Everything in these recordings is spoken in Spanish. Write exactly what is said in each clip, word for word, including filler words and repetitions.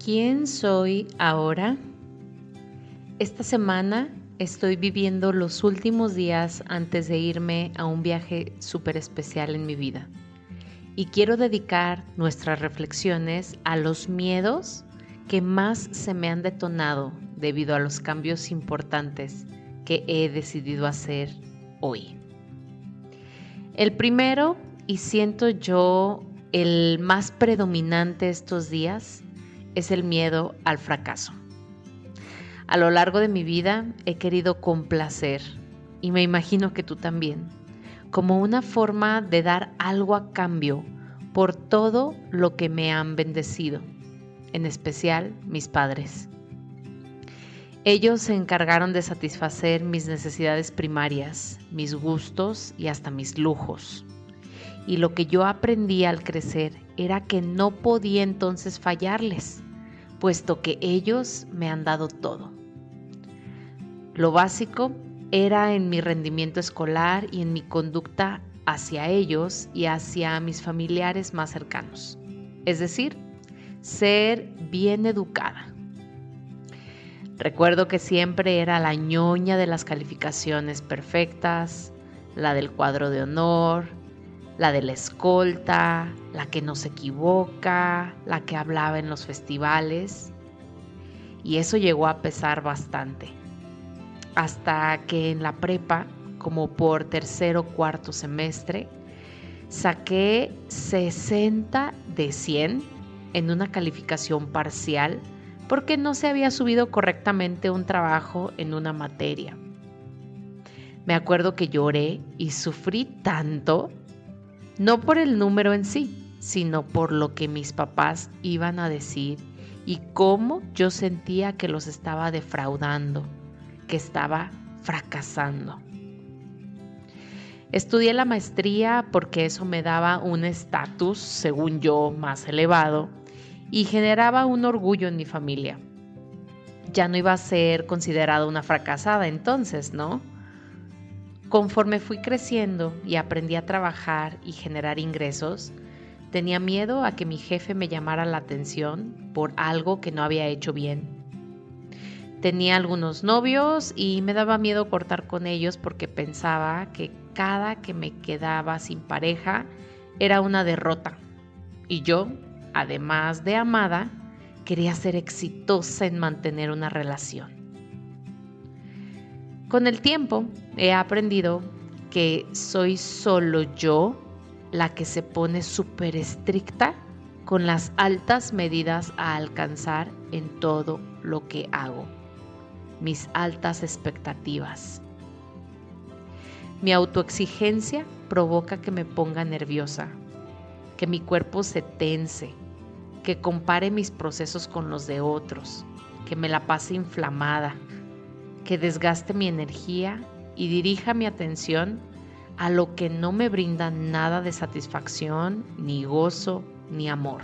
¿Quién soy ahora? Esta semana estoy viviendo los últimos días antes de irme a un viaje súper especial en mi vida. Y quiero dedicar nuestras reflexiones a los miedos que más se me han detonado debido a los cambios importantes que he decidido hacer hoy. El primero, y siento yo el más predominante estos días, es el miedo al fracaso. A lo largo de mi vida he querido complacer, y me imagino que tú también, como una forma de dar algo a cambio por todo lo que me han bendecido, en especial mis padres. Ellos se encargaron de satisfacer mis necesidades primarias, mis gustos y hasta mis lujos. Y lo que yo aprendí al crecer era que no podía entonces fallarles, puesto que ellos me han dado todo. Lo básico era en mi rendimiento escolar y en mi conducta hacia ellos y hacia mis familiares más cercanos. Es decir, ser bien educada. Recuerdo que siempre era la ñoña de las calificaciones perfectas, la del cuadro de honor, la de la escolta, la que no se equivoca, la que hablaba en los festivales. Y eso llegó a pesar bastante. Hasta que en la prepa, como por tercer o cuarto semestre, saqué sesenta de cien en una calificación parcial porque no se había subido correctamente un trabajo en una materia. Me acuerdo que lloré y sufrí tanto, no por el número en sí, sino por lo que mis papás iban a decir y cómo yo sentía que los estaba defraudando, que estaba fracasando. Estudié la maestría porque eso me daba un estatus, según yo, más elevado y generaba un orgullo en mi familia. Ya no iba a ser considerada una fracasada entonces, ¿no? Conforme fui creciendo y aprendí a trabajar y generar ingresos, tenía miedo a que mi jefe me llamara la atención por algo que no había hecho bien. Tenía algunos novios y me daba miedo cortar con ellos porque pensaba que cada que me quedaba sin pareja era una derrota. Y yo, además de amada, quería ser exitosa en mantener una relación. Con el tiempo he aprendido que soy solo yo la que se pone súper estricta con las altas medidas a alcanzar en todo lo que hago, mis altas expectativas. Mi autoexigencia provoca que me ponga nerviosa, que mi cuerpo se tense, que compare mis procesos con los de otros, que me la pase inflamada, que desgaste mi energía y dirija mi atención a lo que no me brinda nada de satisfacción, ni gozo, ni amor.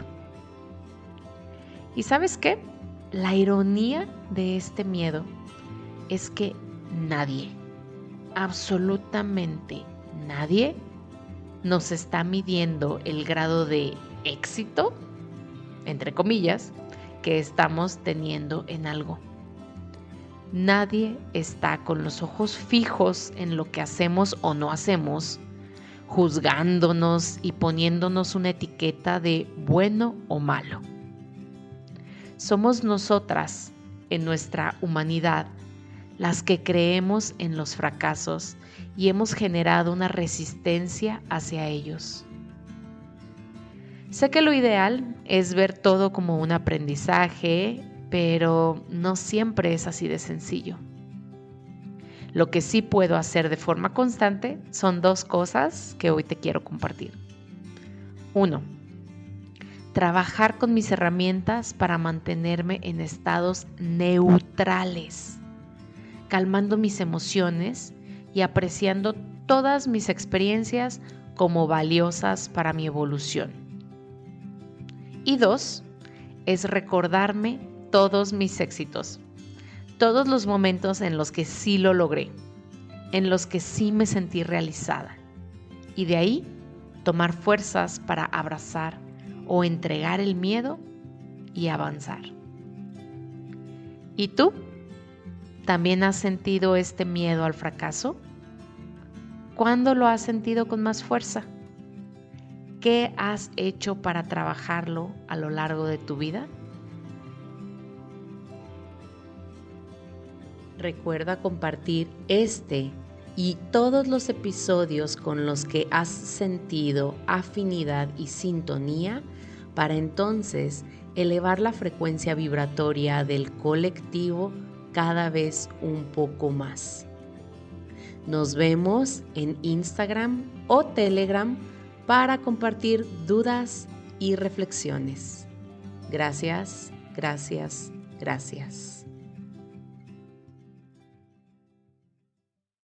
¿Y sabes qué? La ironía de este miedo es que nadie, absolutamente nadie, nos está midiendo el grado de éxito, entre comillas, que estamos teniendo en algo. Nadie está con los ojos fijos en lo que hacemos o no hacemos, juzgándonos y poniéndonos una etiqueta de bueno o malo. Somos nosotras, en nuestra humanidad, las que creemos en los fracasos y hemos generado una resistencia hacia ellos. Sé que lo ideal es ver todo como un aprendizaje, pero no siempre es así de sencillo. Lo que sí puedo hacer de forma constante son dos cosas que hoy te quiero compartir. Uno, trabajar con mis herramientas para mantenerme en estados neutrales, calmando mis emociones y apreciando todas mis experiencias como valiosas para mi evolución. Y dos, es recordarme todos mis éxitos, todos los momentos en los que sí lo logré, en los que sí me sentí realizada. Y de ahí tomar fuerzas para abrazar o entregar el miedo y avanzar. ¿Y tú? ¿También has sentido este miedo al fracaso? ¿Cuándo lo has sentido con más fuerza? ¿Qué has hecho para trabajarlo a lo largo de tu vida? Recuerda compartir este y todos los episodios con los que has sentido afinidad y sintonía para entonces elevar la frecuencia vibratoria del colectivo cada vez un poco más. Nos vemos en Instagram o Telegram para compartir dudas y reflexiones. Gracias, gracias, gracias.